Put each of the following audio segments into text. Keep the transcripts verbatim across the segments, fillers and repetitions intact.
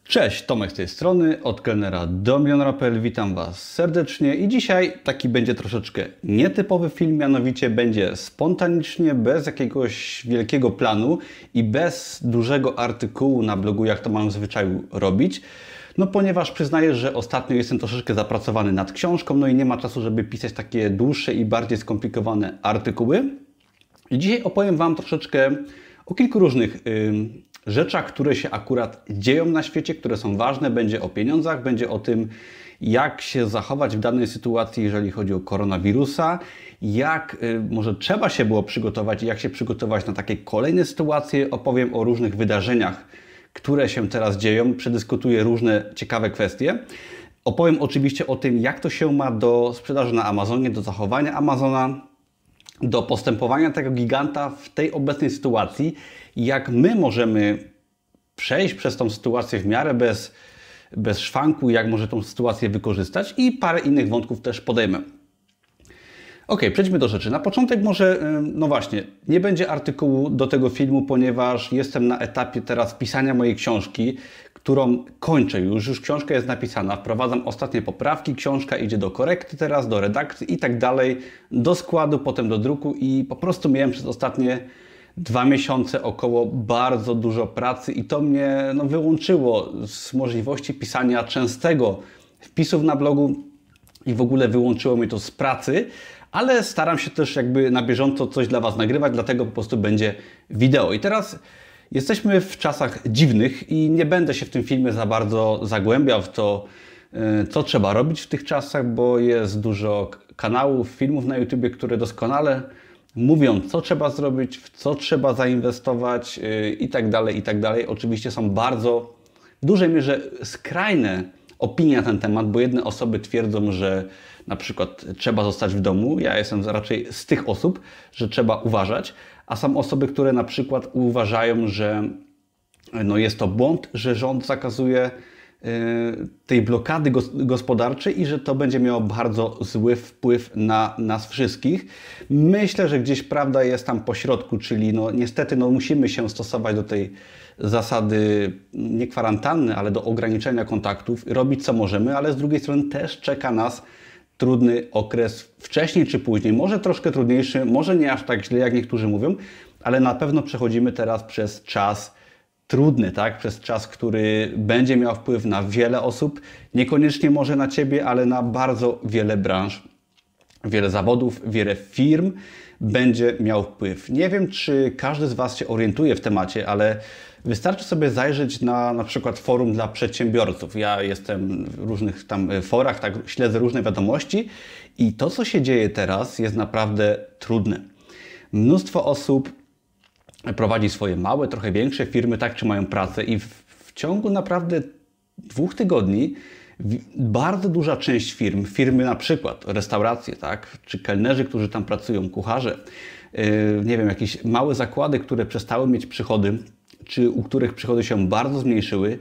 Cześć, Tomek z tej strony, od kelnera do milionera kropka p l. Witam Was serdecznie i dzisiaj taki będzie troszeczkę nietypowy film, mianowicie będzie spontanicznie, bez jakiegoś wielkiego planu i bez dużego artykułu na blogu, jak to mam w zwyczaju robić. No ponieważ przyznaję, że ostatnio jestem troszeczkę zapracowany nad książką, no i nie ma czasu, żeby pisać takie dłuższe i bardziej skomplikowane artykuły. I dzisiaj opowiem Wam troszeczkę o kilku różnych yy, rzeczach, które się akurat dzieją na świecie, które są ważne. Będzie o pieniądzach, będzie o tym, jak się zachować w danej sytuacji, jeżeli chodzi o koronawirusa, jak yy, może trzeba się było przygotować i jak się przygotować na takie kolejne sytuacje. Opowiem o różnych wydarzeniach, które się teraz dzieją, przedyskutuję różne ciekawe kwestie. Opowiem oczywiście o tym, jak to się ma do sprzedaży na Amazonie, do zachowania Amazona, do postępowania tego giganta w tej obecnej sytuacji, jak my możemy przejść przez tą sytuację w miarę bez, bez szwanku, jak może tą sytuację wykorzystać i parę innych wątków też podejmę. Ok, przejdźmy do rzeczy. Na początek może, no właśnie, nie będzie artykułu do tego filmu, ponieważ jestem na etapie teraz pisania mojej książki, którą kończę już. Już książka jest napisana, wprowadzam ostatnie poprawki, książka idzie do korekty teraz, do redakcji i tak dalej, do składu, potem do druku i po prostu miałem przez ostatnie dwa miesiące około bardzo dużo pracy i to mnie no, wyłączyło z możliwości pisania częstego wpisów na blogu i w ogóle wyłączyło mnie to z pracy. Ale staram się też jakby na bieżąco coś dla Was nagrywać, dlatego po prostu będzie wideo. I teraz jesteśmy w czasach dziwnych i nie będę się w tym filmie za bardzo zagłębiał w to, co trzeba robić w tych czasach, bo jest dużo kanałów, filmów na YouTubie, które doskonale mówią, co trzeba zrobić, w co trzeba zainwestować i tak dalej, i tak dalej. Oczywiście są bardzo w dużej mierze skrajne opinie na ten temat, bo jedne osoby twierdzą, że na przykład trzeba zostać w domu. Ja jestem raczej z tych osób, że trzeba uważać, a są osoby, które na przykład uważają, że no jest to błąd, że rząd zakazuje yy, tej blokady gospodarczej i że to będzie miało bardzo zły wpływ na nas wszystkich. Myślę, że gdzieś prawda jest tam po środku, czyli no niestety no musimy się stosować do tej zasady nie kwarantanny, ale do ograniczenia kontaktów, robić co możemy, ale z drugiej strony też czeka nas trudny okres wcześniej czy później. Może troszkę trudniejszy, może nie aż tak źle, jak niektórzy mówią, ale na pewno przechodzimy teraz przez czas trudny, tak? Przez czas, który będzie miał wpływ na wiele osób, niekoniecznie może na Ciebie, ale na bardzo wiele branż, wiele zawodów, wiele firm będzie miał wpływ. Nie wiem, czy każdy z Was się orientuje w temacie, ale wystarczy sobie zajrzeć na na przykład forum dla przedsiębiorców. Ja jestem w różnych tam forach, tak, śledzę różne wiadomości i to, co się dzieje teraz, jest naprawdę trudne. Mnóstwo osób prowadzi swoje małe, trochę większe firmy, tak, czy mają pracę i w, w ciągu naprawdę dwóch tygodni bardzo duża część firm, firmy na przykład restauracje, tak, czy kelnerzy, którzy tam pracują, kucharze, yy, nie wiem, jakieś małe zakłady, które przestały mieć przychody, czy u których przychody się bardzo zmniejszyły.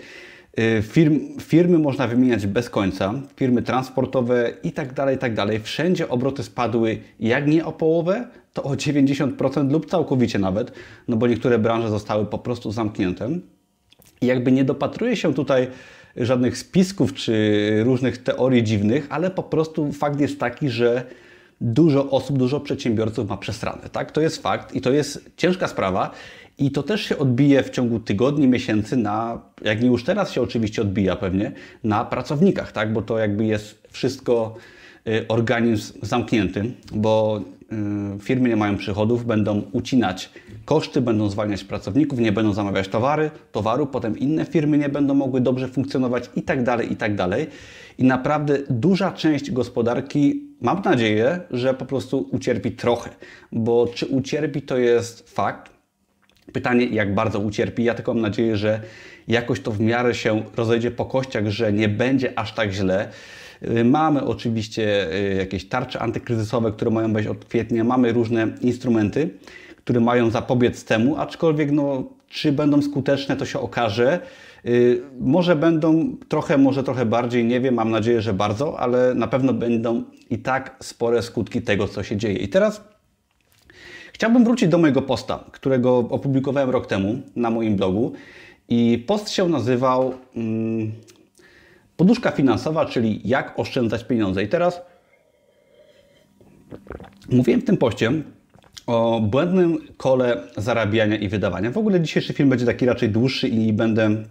Firm, firmy można wymieniać bez końca, firmy transportowe i tak dalej, i tak dalej. Wszędzie obroty spadły jak nie o połowę, to o dziewięćdziesiąt procent lub całkowicie nawet, no bo niektóre branże zostały po prostu zamknięte. I jakby nie dopatruje się tutaj żadnych spisków czy różnych teorii dziwnych, ale po prostu fakt jest taki, że dużo osób, dużo przedsiębiorców ma przesrane, tak? To jest fakt i to jest ciężka sprawa i to też się odbije w ciągu tygodni, miesięcy na, jak nie już teraz się oczywiście odbija pewnie, na pracownikach, tak? Bo to jakby jest wszystko y, organizm zamknięty, bo y, firmy nie mają przychodów, będą ucinać koszty, będą zwalniać pracowników, nie będą zamawiać towary, towaru, potem inne firmy nie będą mogły dobrze funkcjonować i tak dalej, i tak dalej. I naprawdę duża część gospodarki, mam nadzieję, że po prostu ucierpi trochę, bo czy ucierpi, to jest fakt. Pytanie, jak bardzo ucierpi. Ja tylko mam nadzieję, że jakoś to w miarę się rozejdzie po kościach, że nie będzie aż tak źle. Mamy oczywiście jakieś tarcze antykryzysowe, które mają wejść od kwietnia. Mamy różne instrumenty, które mają zapobiec temu, aczkolwiek no, czy będą skuteczne, to się okaże. Yy, może będą trochę, może trochę bardziej, nie wiem, mam nadzieję, że bardzo, ale na pewno będą i tak spore skutki tego, co się dzieje. I teraz chciałbym wrócić do mojego posta, którego opublikowałem rok temu na moim blogu I post się nazywał hmm, Poduszka finansowa, czyli jak oszczędzać pieniądze. I teraz mówiłem w tym poście o błędnym kole zarabiania i wydawania. W ogóle dzisiejszy film będzie taki raczej dłuższy i będę mm,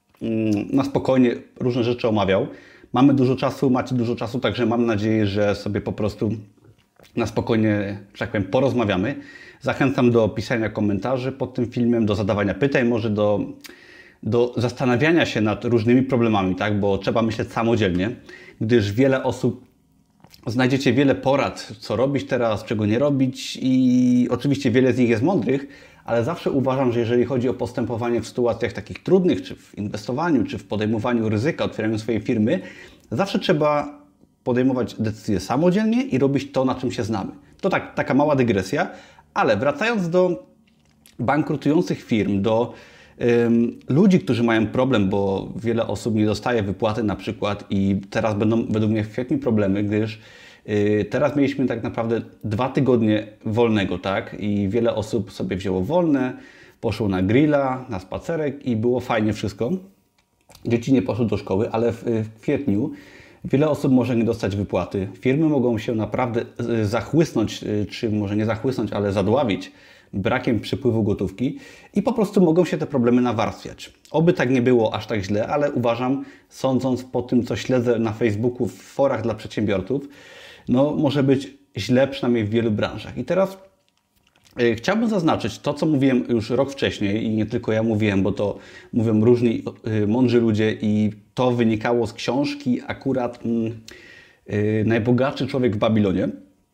na spokojnie różne rzeczy omawiał. Mamy dużo czasu, macie dużo czasu, także mam nadzieję, że sobie po prostu na spokojnie, że tak powiem, porozmawiamy. Zachęcam do pisania komentarzy pod tym filmem, do zadawania pytań, może do, do zastanawiania się nad różnymi problemami, tak? Bo trzeba myśleć samodzielnie, gdyż wiele osób znajdziecie wiele porad, co robić teraz, czego nie robić i oczywiście wiele z nich jest mądrych, ale zawsze uważam, że jeżeli chodzi o postępowanie w sytuacjach takich trudnych, czy w inwestowaniu, czy w podejmowaniu ryzyka, otwieraniu swojej firmy, zawsze trzeba podejmować decyzje samodzielnie i robić to, na czym się znamy. To tak, taka mała dygresja, ale wracając do bankrutujących firm, do ym, ludzi, którzy mają problem, bo wiele osób nie dostaje wypłaty na przykład i teraz będą według mnie w kwietniu problemy, gdyż yy, teraz mieliśmy tak naprawdę dwa tygodnie wolnego, tak? I wiele osób sobie wzięło wolne, poszło na grilla, na spacerek i było fajnie wszystko. Dzieci nie poszły do szkoły, ale w, w kwietniu wiele osób może nie dostać wypłaty. Firmy mogą się naprawdę zachłysnąć, czy może nie zachłysnąć, ale zadławić brakiem przypływu gotówki i po prostu mogą się te problemy nawarstwiać. Oby tak nie było aż tak źle, ale uważam, sądząc po tym, co śledzę na Facebooku, w forach dla przedsiębiorców, no może być źle przynajmniej w wielu branżach. I teraz yy, chciałbym zaznaczyć to, co mówiłem już rok wcześniej i nie tylko ja mówiłem, bo to mówią różni yy, mądrzy ludzie i to wynikało z książki akurat yy, Najbogatszy człowiek w Babilonie.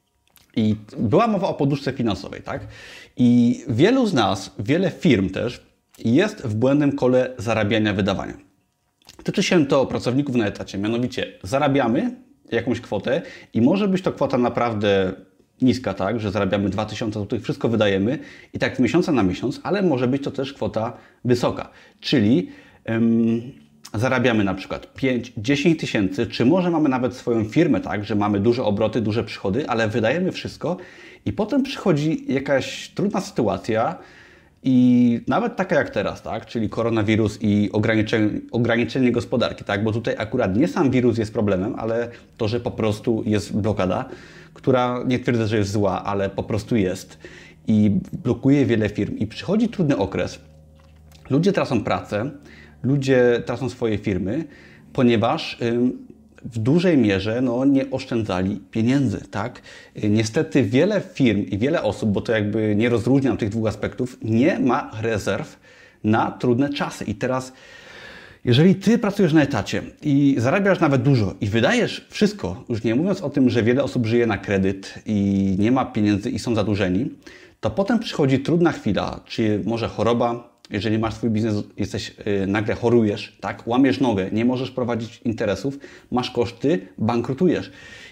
I była mowa o poduszce finansowej, tak? I wielu z nas, wiele firm też jest w błędnym kole zarabiania, wydawania. Tyczy się to pracowników na etacie, mianowicie zarabiamy jakąś kwotę i może być to kwota naprawdę niska, tak? Że zarabiamy dwa tysiące złotych, wszystko wydajemy i tak z miesiąca na miesiąc, ale może być to też kwota wysoka, czyli ym, zarabiamy na przykład pięć dziesięć tysięcy, czy może mamy nawet swoją firmę, tak, że mamy duże obroty, duże przychody, ale wydajemy wszystko i potem przychodzi jakaś trudna sytuacja i nawet taka jak teraz, tak, czyli koronawirus i ograniczenie, ograniczenie gospodarki, tak, bo tutaj akurat nie sam wirus jest problemem, ale to, że po prostu jest blokada, która nie twierdzę, że jest zła, ale po prostu jest i blokuje wiele firm i przychodzi trudny okres. Ludzie tracą pracę, ludzie tracą swoje firmy, ponieważ ym, w dużej mierze no, nie oszczędzali pieniędzy, tak? Niestety wiele firm i wiele osób, bo to jakby nie rozróżniam tych dwóch aspektów, nie ma rezerw na trudne czasy. I teraz, jeżeli Ty pracujesz na etacie i zarabiasz nawet dużo i wydajesz wszystko, już nie mówiąc o tym, że wiele osób żyje na kredyt i nie ma pieniędzy i są zadłużeni, to potem przychodzi trudna chwila, czy może choroba. Jeżeli masz swój biznes, jesteś, yy, nagle chorujesz, tak? Łamiesz nogę, nie możesz prowadzić interesów, masz koszty, bankrutujesz.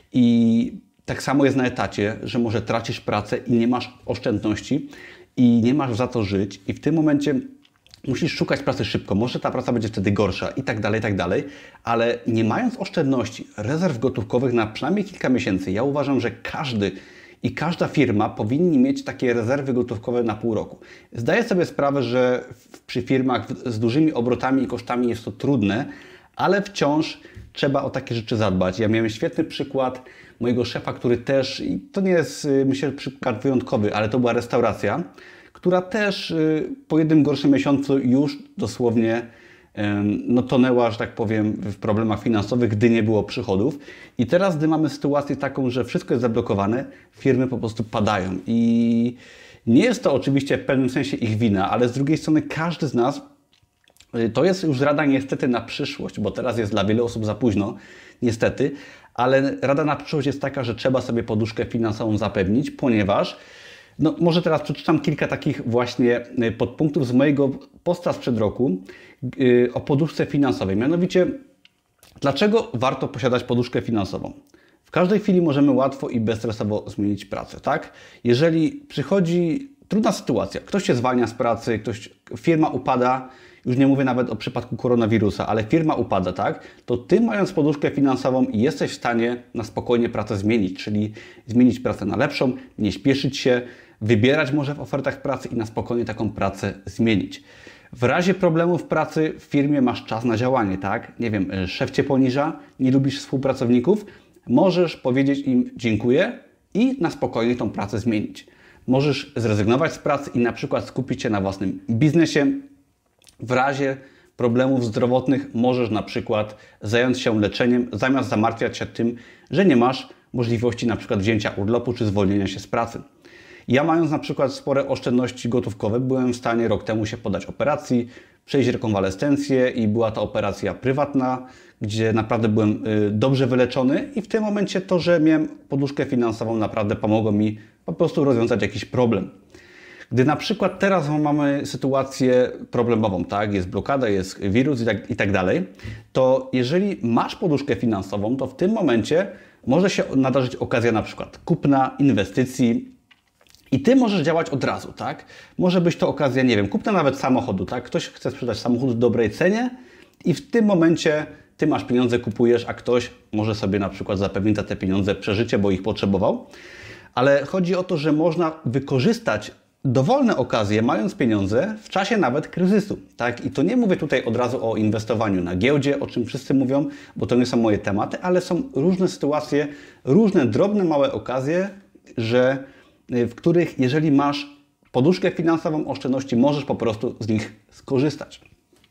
I tak samo jest na etacie, że może tracisz pracę i nie masz oszczędności i nie masz za to żyć i w tym momencie musisz szukać pracy szybko. Może ta praca będzie wtedy gorsza i tak dalej, i tak dalej, ale nie mając oszczędności, rezerw gotówkowych na przynajmniej kilka miesięcy, ja uważam, że każdy i każda firma powinni mieć takie rezerwy gotówkowe na pół roku. Zdaję sobie sprawę, że przy firmach z dużymi obrotami i kosztami jest to trudne, ale wciąż trzeba o takie rzeczy zadbać. Ja miałem świetny przykład mojego szefa, który też, i to nie jest, myślę, przykład wyjątkowy, ale to była restauracja, która też po jednym gorszym miesiącu już dosłownie no, tonęła, że tak powiem, w problemach finansowych, gdy nie było przychodów. I teraz, gdy mamy sytuację taką, że wszystko jest zablokowane, firmy po prostu padają. I nie jest to oczywiście w pewnym sensie ich wina, ale z drugiej strony każdy z nas, to jest już rada niestety na przyszłość, bo teraz jest dla wielu osób za późno, niestety, ale rada na przyszłość jest taka, że trzeba sobie poduszkę finansową zapewnić, ponieważ no, może teraz przeczytam kilka takich właśnie podpunktów z mojego posta sprzed roku yy, o poduszce finansowej. Mianowicie, dlaczego warto posiadać poduszkę finansową? W każdej chwili możemy łatwo i bezstresowo zmienić pracę, tak? Jeżeli przychodzi trudna sytuacja, ktoś się zwalnia z pracy, ktoś, firma upada, już nie mówię nawet o przypadku koronawirusa, ale firma upada, tak? To Ty, mając poduszkę finansową, jesteś w stanie na spokojnie pracę zmienić, czyli zmienić pracę na lepszą, nie śpieszyć się, wybierać może w ofertach pracy i na spokojnie taką pracę zmienić. W razie problemu w pracy w firmie masz czas na działanie, tak? Nie wiem, szef Cię poniża, nie lubisz współpracowników, możesz powiedzieć im dziękuję i na spokojnie tą pracę zmienić. Możesz zrezygnować z pracy i na przykład skupić się na własnym biznesie. W razie problemów zdrowotnych możesz na przykład zająć się leczeniem, zamiast zamartwiać się tym, że nie masz możliwości na przykład wzięcia urlopu czy zwolnienia się z pracy. Ja, mając na przykład spore oszczędności gotówkowe, byłem w stanie rok temu się poddać operacji, przejść rekonwalescencję i była to operacja prywatna, gdzie naprawdę byłem dobrze wyleczony i w tym momencie to, że miałem poduszkę finansową, naprawdę pomogło mi po prostu rozwiązać jakiś problem. Gdy na przykład teraz mamy sytuację problemową, tak, jest blokada, jest wirus i tak, i tak dalej, to jeżeli masz poduszkę finansową, to w tym momencie może się nadarzyć okazja na przykład kupna, inwestycji i Ty możesz działać od razu, tak? Może być to okazja, nie wiem, kupna nawet samochodu, tak? Ktoś chce sprzedać samochód w dobrej cenie i w tym momencie Ty masz pieniądze, kupujesz, a ktoś może sobie na przykład zapewnić za te pieniądze przeżycie, bo ich potrzebował. Ale chodzi o to, że można wykorzystać dowolne okazje, mając pieniądze w czasie nawet kryzysu, tak? I to nie mówię tutaj od razu o inwestowaniu na giełdzie, o czym wszyscy mówią, bo to nie są moje tematy, ale są różne sytuacje, różne drobne, małe okazje, że w których jeżeli masz poduszkę finansową, oszczędności, możesz po prostu z nich skorzystać.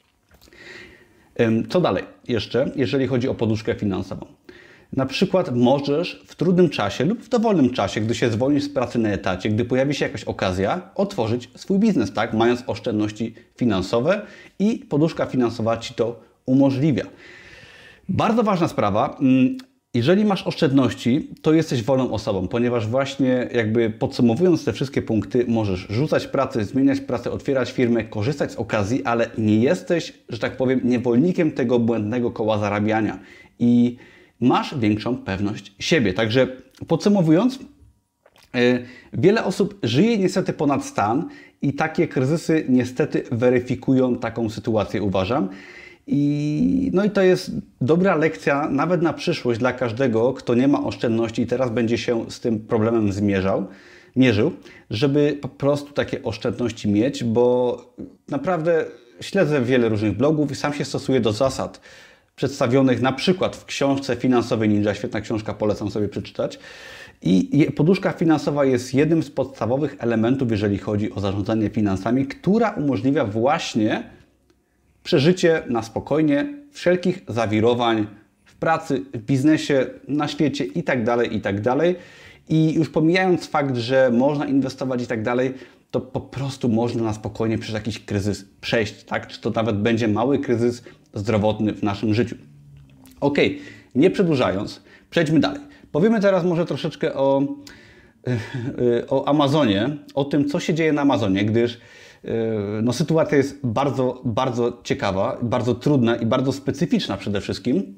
Co dalej jeszcze, jeżeli chodzi o poduszkę finansową? Na przykład możesz w trudnym czasie lub w dowolnym czasie, gdy się zwolnisz z pracy na etacie, gdy pojawi się jakaś okazja, otworzyć swój biznes, tak? Mając oszczędności finansowe i poduszka finansowa Ci to umożliwia. Bardzo ważna sprawa. Jeżeli masz oszczędności, to jesteś wolną osobą, ponieważ właśnie jakby podsumowując te wszystkie punkty, możesz rzucać pracę, zmieniać pracę, otwierać firmę, korzystać z okazji, ale nie jesteś, że tak powiem, niewolnikiem tego błędnego koła zarabiania i masz większą pewność siebie. Także podsumowując, yy, wiele osób żyje niestety ponad stan i takie kryzysy niestety weryfikują taką sytuację, uważam. I, no i to jest dobra lekcja nawet na przyszłość dla każdego, kto nie ma oszczędności i teraz będzie się z tym problemem zmierzał, mierzył, żeby po prostu takie oszczędności mieć, bo naprawdę śledzę wiele różnych blogów i sam się stosuję do zasad przedstawionych na przykład w książce Finansowy Ninja, świetna książka, polecam sobie przeczytać. I poduszka finansowa jest jednym z podstawowych elementów, jeżeli chodzi o zarządzanie finansami, która umożliwia właśnie przeżycie na spokojnie wszelkich zawirowań w pracy, w biznesie, na świecie i tak dalej, i tak dalej. I już pomijając fakt, że można inwestować i tak dalej, to po prostu można na spokojnie przez jakiś kryzys przejść, tak? Czy to nawet będzie mały kryzys zdrowotny w naszym życiu. Ok, nie przedłużając, przejdźmy dalej. Powiemy teraz może troszeczkę o, o Amazonie, o tym, co się dzieje na Amazonie, gdyż no, sytuacja jest bardzo, bardzo ciekawa, bardzo trudna i bardzo specyficzna przede wszystkim.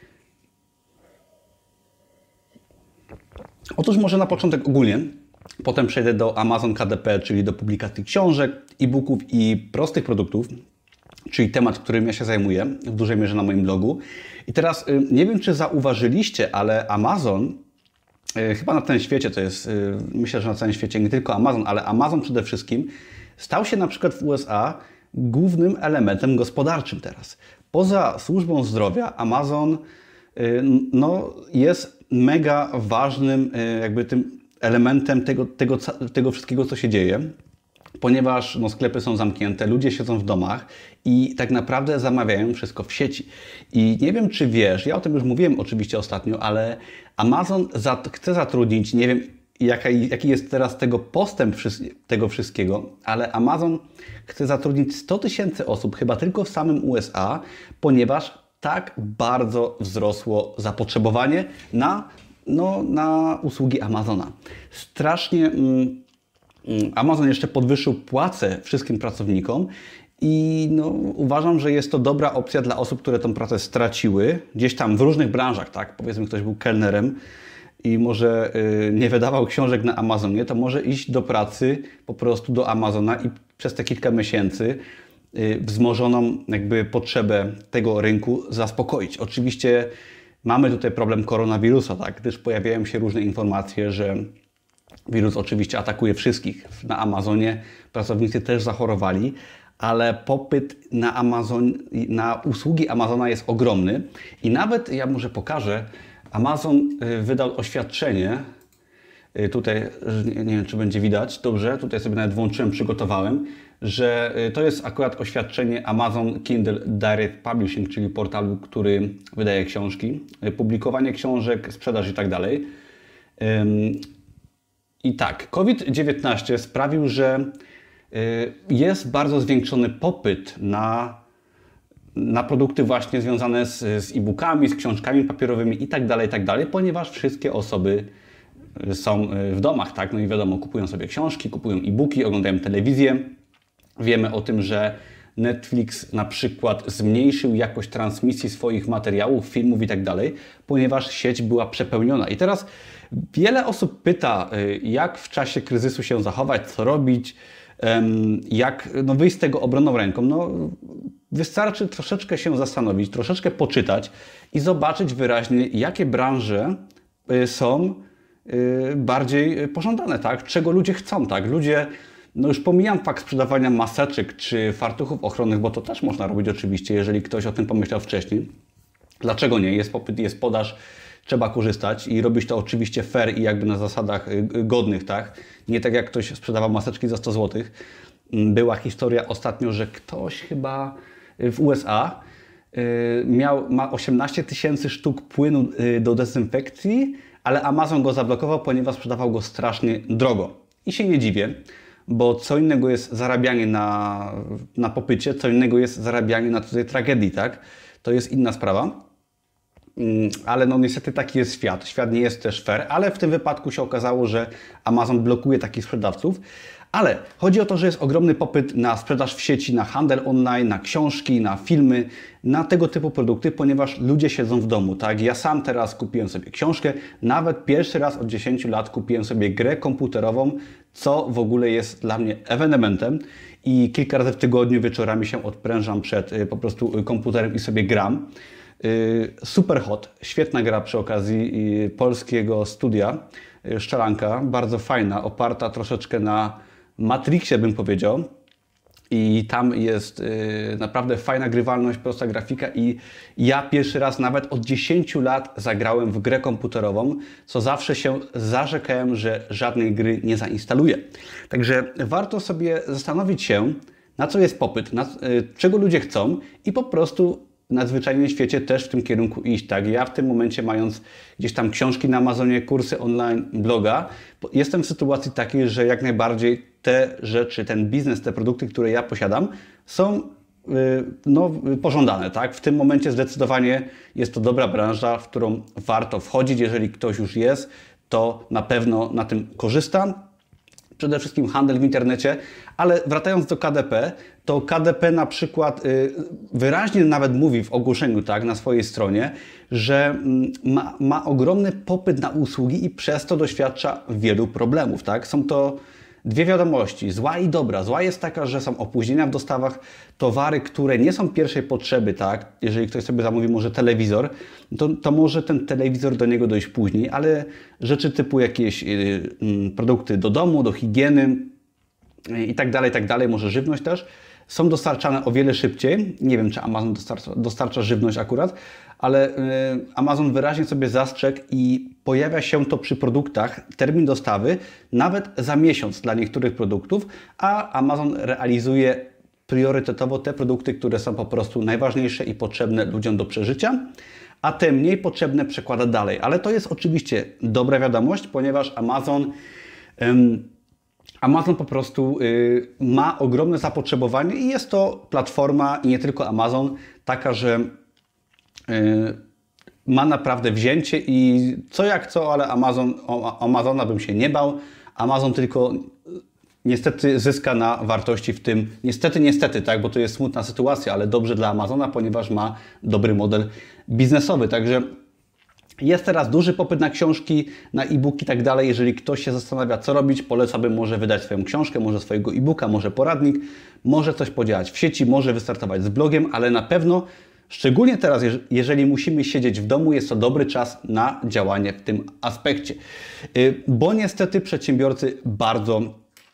Otóż może na początek ogólnie, potem przejdę do Amazon K D P, czyli do publikacji książek, e-booków i prostych produktów, czyli temat, którym ja się zajmuję w dużej mierze na moim blogu. I teraz nie wiem, czy zauważyliście, ale Amazon, chyba na całym świecie to jest, myślę, że na całym świecie nie tylko Amazon, ale Amazon przede wszystkim stał się na przykład w U S A głównym elementem gospodarczym teraz. Poza służbą zdrowia Amazon no, jest mega ważnym jakby tym elementem tego, tego, tego wszystkiego, co się dzieje, ponieważ no, sklepy są zamknięte, ludzie siedzą w domach i tak naprawdę zamawiają wszystko w sieci. I nie wiem, czy wiesz, ja o tym już mówiłem oczywiście ostatnio, ale Amazon zat- chce zatrudnić, nie wiem, Jaka, jaki jest teraz tego postęp tego wszystkiego, ale Amazon chce zatrudnić sto tysięcy osób chyba tylko w samym U S A, ponieważ tak bardzo wzrosło zapotrzebowanie na, no, na usługi Amazona. Strasznie mm, Amazon jeszcze podwyższył płace wszystkim pracownikom i no, uważam, że jest to dobra opcja dla osób, które tę pracę straciły gdzieś tam w różnych branżach, tak? Powiedzmy, ktoś był kelnerem i może y, nie wydawał książek na Amazonie, to może iść do pracy po prostu do Amazona i przez te kilka miesięcy y, wzmożoną jakby potrzebę tego rynku zaspokoić. Oczywiście mamy tutaj problem koronawirusa, tak? Gdyż pojawiają się różne informacje, że wirus oczywiście atakuje wszystkich na Amazonie, pracownicy też zachorowali, ale popyt na Amazon, na usługi Amazona jest ogromny i nawet, ja może pokażę, Amazon wydał oświadczenie, tutaj, nie wiem czy będzie widać, dobrze, tutaj sobie nawet włączyłem, przygotowałem, że to jest akurat oświadczenie Amazon Kindle Direct Publishing, czyli portalu, który wydaje książki, publikowanie książek, sprzedaż i tak dalej. I tak, COVID dziewiętnaście sprawił, że jest bardzo zwiększony popyt na, na produkty właśnie związane z, z e-bookami, z książkami papierowymi i tak dalej, i tak dalej, ponieważ wszystkie osoby są w domach, tak? No i wiadomo, kupują sobie książki, kupują e-booki, oglądają telewizję. Wiemy o tym, że Netflix na przykład zmniejszył jakość transmisji swoich materiałów, filmów i tak dalej, ponieważ sieć była przepełniona. I teraz wiele osób pyta, jak w czasie kryzysu się zachować, co robić, jak no, wyjść z tego obronną ręką. No, wystarczy troszeczkę się zastanowić, troszeczkę poczytać i zobaczyć wyraźnie, jakie branże są bardziej pożądane, tak? Czego ludzie chcą, tak? Ludzie, no już pomijam fakt sprzedawania maseczek czy fartuchów ochronnych, bo to też można robić oczywiście, jeżeli ktoś o tym pomyślał wcześniej. Dlaczego nie? Jest popyt, jest podaż, trzeba korzystać i robić to oczywiście fair i jakby na zasadach godnych, tak? Nie tak jak ktoś sprzedawał maseczki za sto złotych. Była historia ostatnio, że ktoś chyba w U S A miał, ma osiemnaście tysięcy sztuk płynu do dezynfekcji, ale Amazon go zablokował, ponieważ sprzedawał go strasznie drogo. I się nie dziwię, bo co innego jest zarabianie na, na popycie, co innego jest zarabianie na cudzej tragedii, tak? To jest inna sprawa. Ale no niestety taki jest świat. Świat nie jest też fair, ale w tym wypadku się okazało, że Amazon blokuje takich sprzedawców. Ale chodzi o to, że jest ogromny popyt na sprzedaż w sieci, na handel online, na książki, na filmy, na tego typu produkty, ponieważ ludzie siedzą w domu, tak? Ja sam teraz kupiłem sobie książkę, nawet pierwszy raz od dziesięciu lat kupiłem sobie grę komputerową, co w ogóle jest dla mnie ewenementem i kilka razy w tygodniu wieczorami się odprężam przed po prostu komputerem i sobie gram. Super hot, świetna gra przy okazji polskiego studia, Szczelanka, bardzo fajna, oparta troszeczkę na Matrixie, bym powiedział. I tam jest y, naprawdę fajna grywalność, prosta grafika i ja pierwszy raz nawet od dziesięciu lat zagrałem w grę komputerową, co zawsze się zarzekałem, że żadnej gry nie zainstaluję. Także warto sobie zastanowić się, na co jest popyt, na, y, czego ludzie chcą i po prostu na zwyczajnym świecie też w tym kierunku iść. Tak? Ja w tym momencie, mając gdzieś tam książki na Amazonie, kursy online, bloga, jestem w sytuacji takiej, że jak najbardziej te rzeczy, ten biznes, te produkty, które ja posiadam, są yy, no, pożądane. Tak? W tym momencie zdecydowanie jest to dobra branża, w którą warto wchodzić. Jeżeli ktoś już jest, to na pewno na tym korzysta. Przede wszystkim handel w internecie, ale wracając do K D P, to K D P na przykład y, wyraźnie nawet mówi w ogłoszeniu, tak, na swojej stronie, że ma, ma ogromny popyt na usługi i przez to doświadcza wielu problemów. Tak? Są to dwie wiadomości, zła i dobra. Zła jest taka, że są opóźnienia w dostawach, towary, które nie są pierwszej potrzeby, tak? Jeżeli ktoś sobie zamówi może telewizor, to, to może ten telewizor do niego dojść później, ale rzeczy typu jakieś y, y, produkty do domu, do higieny y, i tak dalej, i tak dalej, może żywność też, są dostarczane o wiele szybciej. Nie wiem, czy Amazon dostarcza, dostarcza żywność akurat, ale y, Amazon wyraźnie sobie zastrzegł i pojawia się to przy produktach, termin dostawy nawet za miesiąc dla niektórych produktów, a Amazon realizuje priorytetowo te produkty, które są po prostu najważniejsze i potrzebne ludziom do przeżycia, a te mniej potrzebne przekłada dalej. Ale to jest oczywiście dobra wiadomość, ponieważ Amazon... Ym, Amazon po prostu y, ma ogromne zapotrzebowanie i jest to platforma, i nie tylko Amazon, taka, że y, ma naprawdę wzięcie i co jak co, ale Amazon, o Amazona bym się nie bał. Amazon tylko niestety zyska na wartości w tym, niestety, niestety, tak, bo to jest smutna sytuacja, ale dobrze dla Amazona, ponieważ ma dobry model biznesowy. Także jest teraz duży popyt na książki, na e-booki i tak dalej. Jeżeli ktoś się zastanawia, co robić, polecałbym może wydać swoją książkę, może swojego e-booka, może poradnik, może coś podziałać w sieci, może wystartować z blogiem, ale na pewno, szczególnie teraz, jeżeli musimy siedzieć w domu, jest to dobry czas na działanie w tym aspekcie. Bo niestety przedsiębiorcy bardzo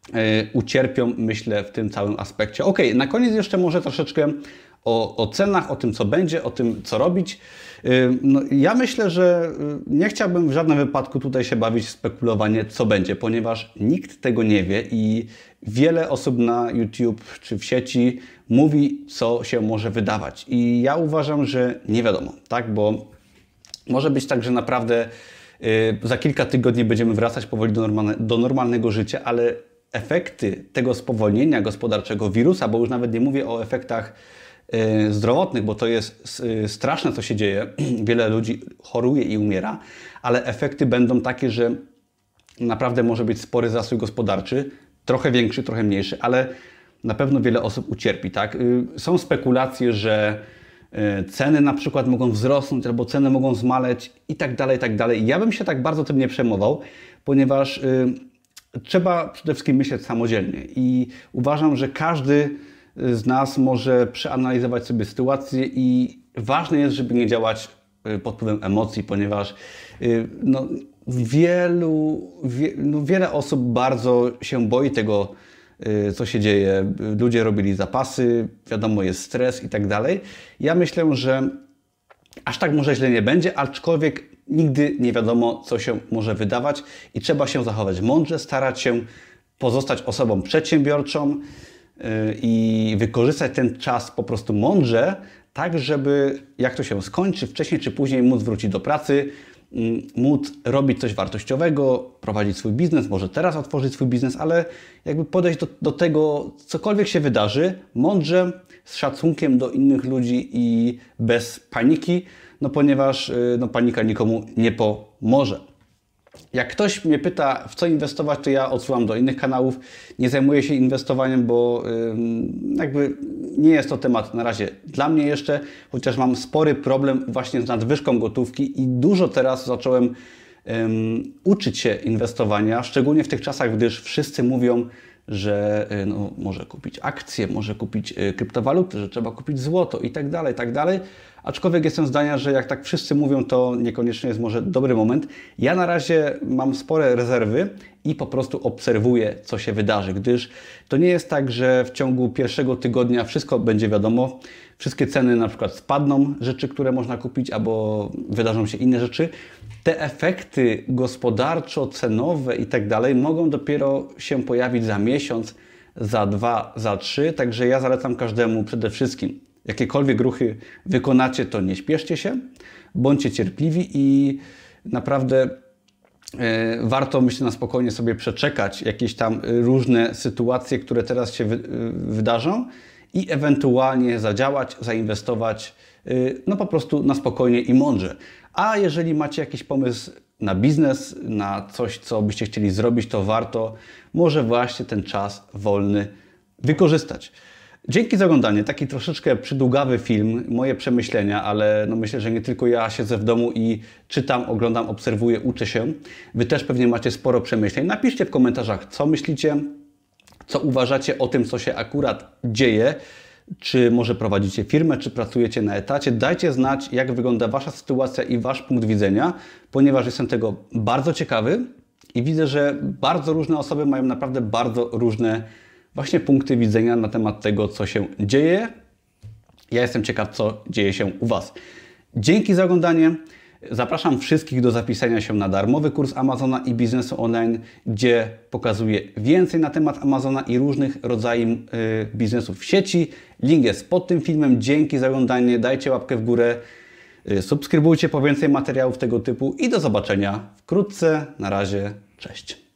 ucierpią, myślę, w tym całym aspekcie. Ok, na koniec jeszcze może troszeczkę o, o cenach, o tym, co będzie, o tym, co robić. No, ja myślę, że nie chciałbym w żadnym wypadku tutaj się bawić w spekulowanie, co będzie, ponieważ nikt tego nie wie i wiele osób na YouTube czy w sieci mówi, co się może wydawać. I ja uważam, że nie wiadomo, tak? Bo może być tak, że naprawdę za kilka tygodni będziemy wracać powoli do, normalne, do normalnego życia, ale efekty tego spowolnienia gospodarczego wirusa, bo już nawet nie mówię o efektach zdrowotnych, bo to jest straszne, co się dzieje. Wiele ludzi choruje i umiera, ale efekty będą takie, że naprawdę może być spory zastój gospodarczy, trochę większy, trochę mniejszy, ale na pewno wiele osób ucierpi. Tak? Są spekulacje, że ceny na przykład mogą wzrosnąć albo ceny mogą zmaleć i tak dalej, i tak dalej. Ja bym się tak bardzo tym nie przejmował, ponieważ trzeba przede wszystkim myśleć samodzielnie i uważam, że każdy z nas może przeanalizować sobie sytuację i ważne jest, żeby nie działać pod wpływem emocji, ponieważ no, wielu, wie, no, wiele osób bardzo się boi tego, co się dzieje. Ludzie robili zapasy, wiadomo, jest stres i tak dalej. Ja myślę, że aż tak może źle nie będzie, aczkolwiek nigdy nie wiadomo, co się może wydawać i trzeba się zachować mądrze, starać się pozostać osobą przedsiębiorczą i wykorzystać ten czas po prostu mądrze, tak żeby jak to się skończy, wcześniej czy później móc wrócić do pracy, móc robić coś wartościowego, prowadzić swój biznes, może teraz otworzyć swój biznes, ale jakby podejść do, do tego, cokolwiek się wydarzy, mądrze, z szacunkiem do innych ludzi i bez paniki, no ponieważ no, panika nikomu nie pomoże. Jak ktoś mnie pyta, w co inwestować, to ja odsyłam do innych kanałów. Nie zajmuję się inwestowaniem, bo yy, jakby nie jest to temat na razie dla mnie jeszcze, chociaż mam spory problem właśnie z nadwyżką gotówki i dużo teraz zacząłem yy, uczyć się inwestowania, szczególnie w tych czasach, gdyż wszyscy mówią, że yy, no, może kupić akcje, może kupić yy, kryptowaluty, że trzeba kupić złoto i tak dalej, tak dalej. Aczkolwiek jestem zdania, że jak tak wszyscy mówią, to niekoniecznie jest może dobry moment. Ja na razie mam spore rezerwy i po prostu obserwuję, co się wydarzy, gdyż to nie jest tak, że w ciągu pierwszego tygodnia wszystko będzie wiadomo. Wszystkie ceny na przykład spadną, rzeczy, które można kupić, albo wydarzą się inne rzeczy. Te efekty gospodarczo-cenowe i tak dalej mogą dopiero się pojawić za miesiąc, za dwa, za trzy. Także ja zalecam każdemu przede wszystkim, jakiekolwiek ruchy wykonacie, to nie śpieszcie się, bądźcie cierpliwi i naprawdę e, warto, myślę, na spokojnie sobie przeczekać jakieś tam różne sytuacje, które teraz się wy, wydarzą i ewentualnie zadziałać, zainwestować, e, no po prostu na spokojnie i mądrze. A jeżeli macie jakiś pomysł na biznes, na coś, co byście chcieli zrobić, to warto może właśnie ten czas wolny wykorzystać. Dzięki za oglądanie. Taki troszeczkę przydługawy film, moje przemyślenia, ale no myślę, że nie tylko ja siedzę w domu i czytam, oglądam, obserwuję, uczę się. Wy też pewnie macie sporo przemyśleń. Napiszcie w komentarzach, co myślicie, co uważacie o tym, co się akurat dzieje. Czy może prowadzicie firmę, czy pracujecie na etacie. Dajcie znać, jak wygląda Wasza sytuacja i Wasz punkt widzenia, ponieważ jestem tego bardzo ciekawy i widzę, że bardzo różne osoby mają naprawdę bardzo różne właśnie punkty widzenia na temat tego, co się dzieje. Ja jestem ciekaw, co dzieje się u Was. Dzięki za oglądanie. Zapraszam wszystkich do zapisania się na darmowy kurs Amazona i biznesu online, gdzie pokazuję więcej na temat Amazona i różnych rodzajów yy, biznesów w sieci. Link jest pod tym filmem. Dzięki za oglądanie. Dajcie łapkę w górę. Yy, subskrybujcie po więcej materiałów tego typu i do zobaczenia wkrótce. Na razie. Cześć.